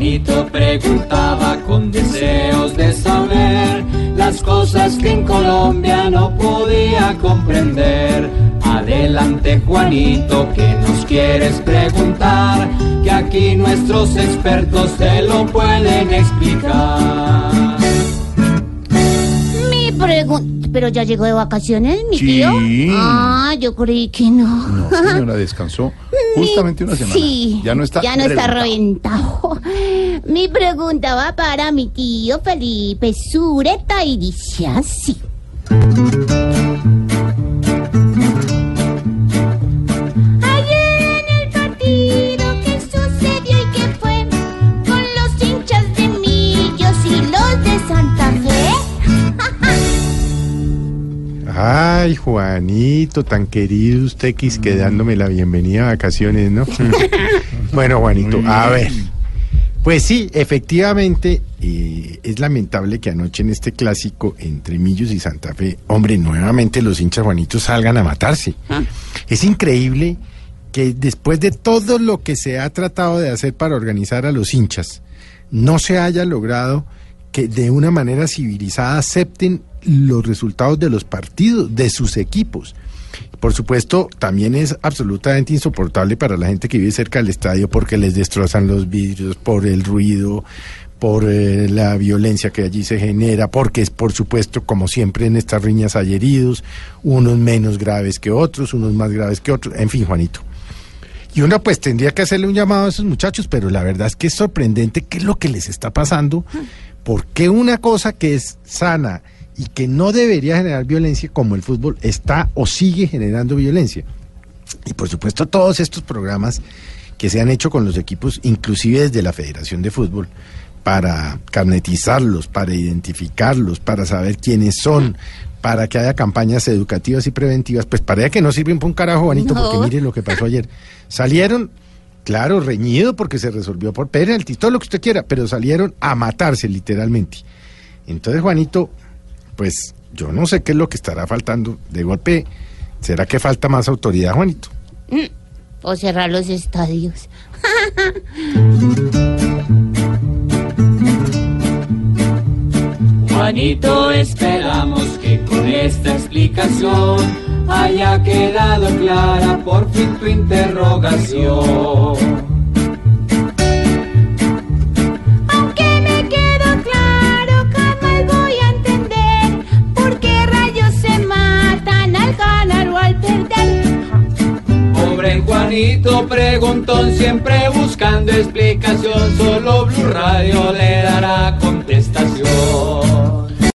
Juanito preguntaba con deseos de saber las cosas que en Colombia no podía comprender. Adelante, Juanito, ¿qué nos quieres preguntar? Que aquí nuestros expertos te lo pueden explicar. Mi pregunta... ¿Pero ya llegó de vacaciones, mi tío? Ah, yo creí que no. No, señora, descansó justamente una semana. Sí, ya no está reventado. Mi pregunta va para mi tío Felipe Sureta y dice así. Ayer en el partido, ¿qué sucedió y qué fue con los hinchas de Millos y los de Santa Fe? Ay, Juanito, tan querido usted que es que dándome la bienvenida a vacaciones, ¿no? Bueno, Juanito, a ver. Pues sí, efectivamente, es lamentable que anoche en este clásico entre Millos y Santa Fe, hombre, nuevamente los hinchas, Juanito, salgan a matarse. Es increíble que después de todo lo que se ha tratado de hacer para organizar a los hinchas, no se haya logrado que de una manera civilizada acepten los resultados de los partidos, de sus equipos. Por supuesto, también es absolutamente insoportable para la gente que vive cerca del estadio porque les destrozan los vidrios, por el ruido, por la violencia que allí se genera, porque es, por supuesto, como siempre en estas riñas hay heridos, unos menos graves que otros, unos más graves que otros, en fin, Juanito. Y uno pues tendría que hacerle un llamado a esos muchachos, pero la verdad es que es sorprendente qué es lo que les está pasando, porque una cosa que es sana y que no debería generar violencia como el fútbol está o sigue generando violencia. Y por supuesto todos estos programas que se han hecho con los equipos, inclusive desde la Federación de Fútbol, para carnetizarlos, para identificarlos, para saber quiénes son, para que haya campañas educativas y preventivas, pues parece que no sirven para un carajo, Juanito, porque mire lo que pasó ayer. Salieron, claro, reñido porque se resolvió por penalti, todo lo que usted quiera, pero salieron a matarse literalmente. Entonces, Juanito, pues yo no sé qué es lo que estará faltando. De golpe, ¿será que falta más autoridad, Juanito? O cerrar los estadios. Juanito, esperamos que con esta explicación haya quedado clara por fin tu interrogación. Juanito preguntón, siempre buscando explicación, solo Blue Radio le da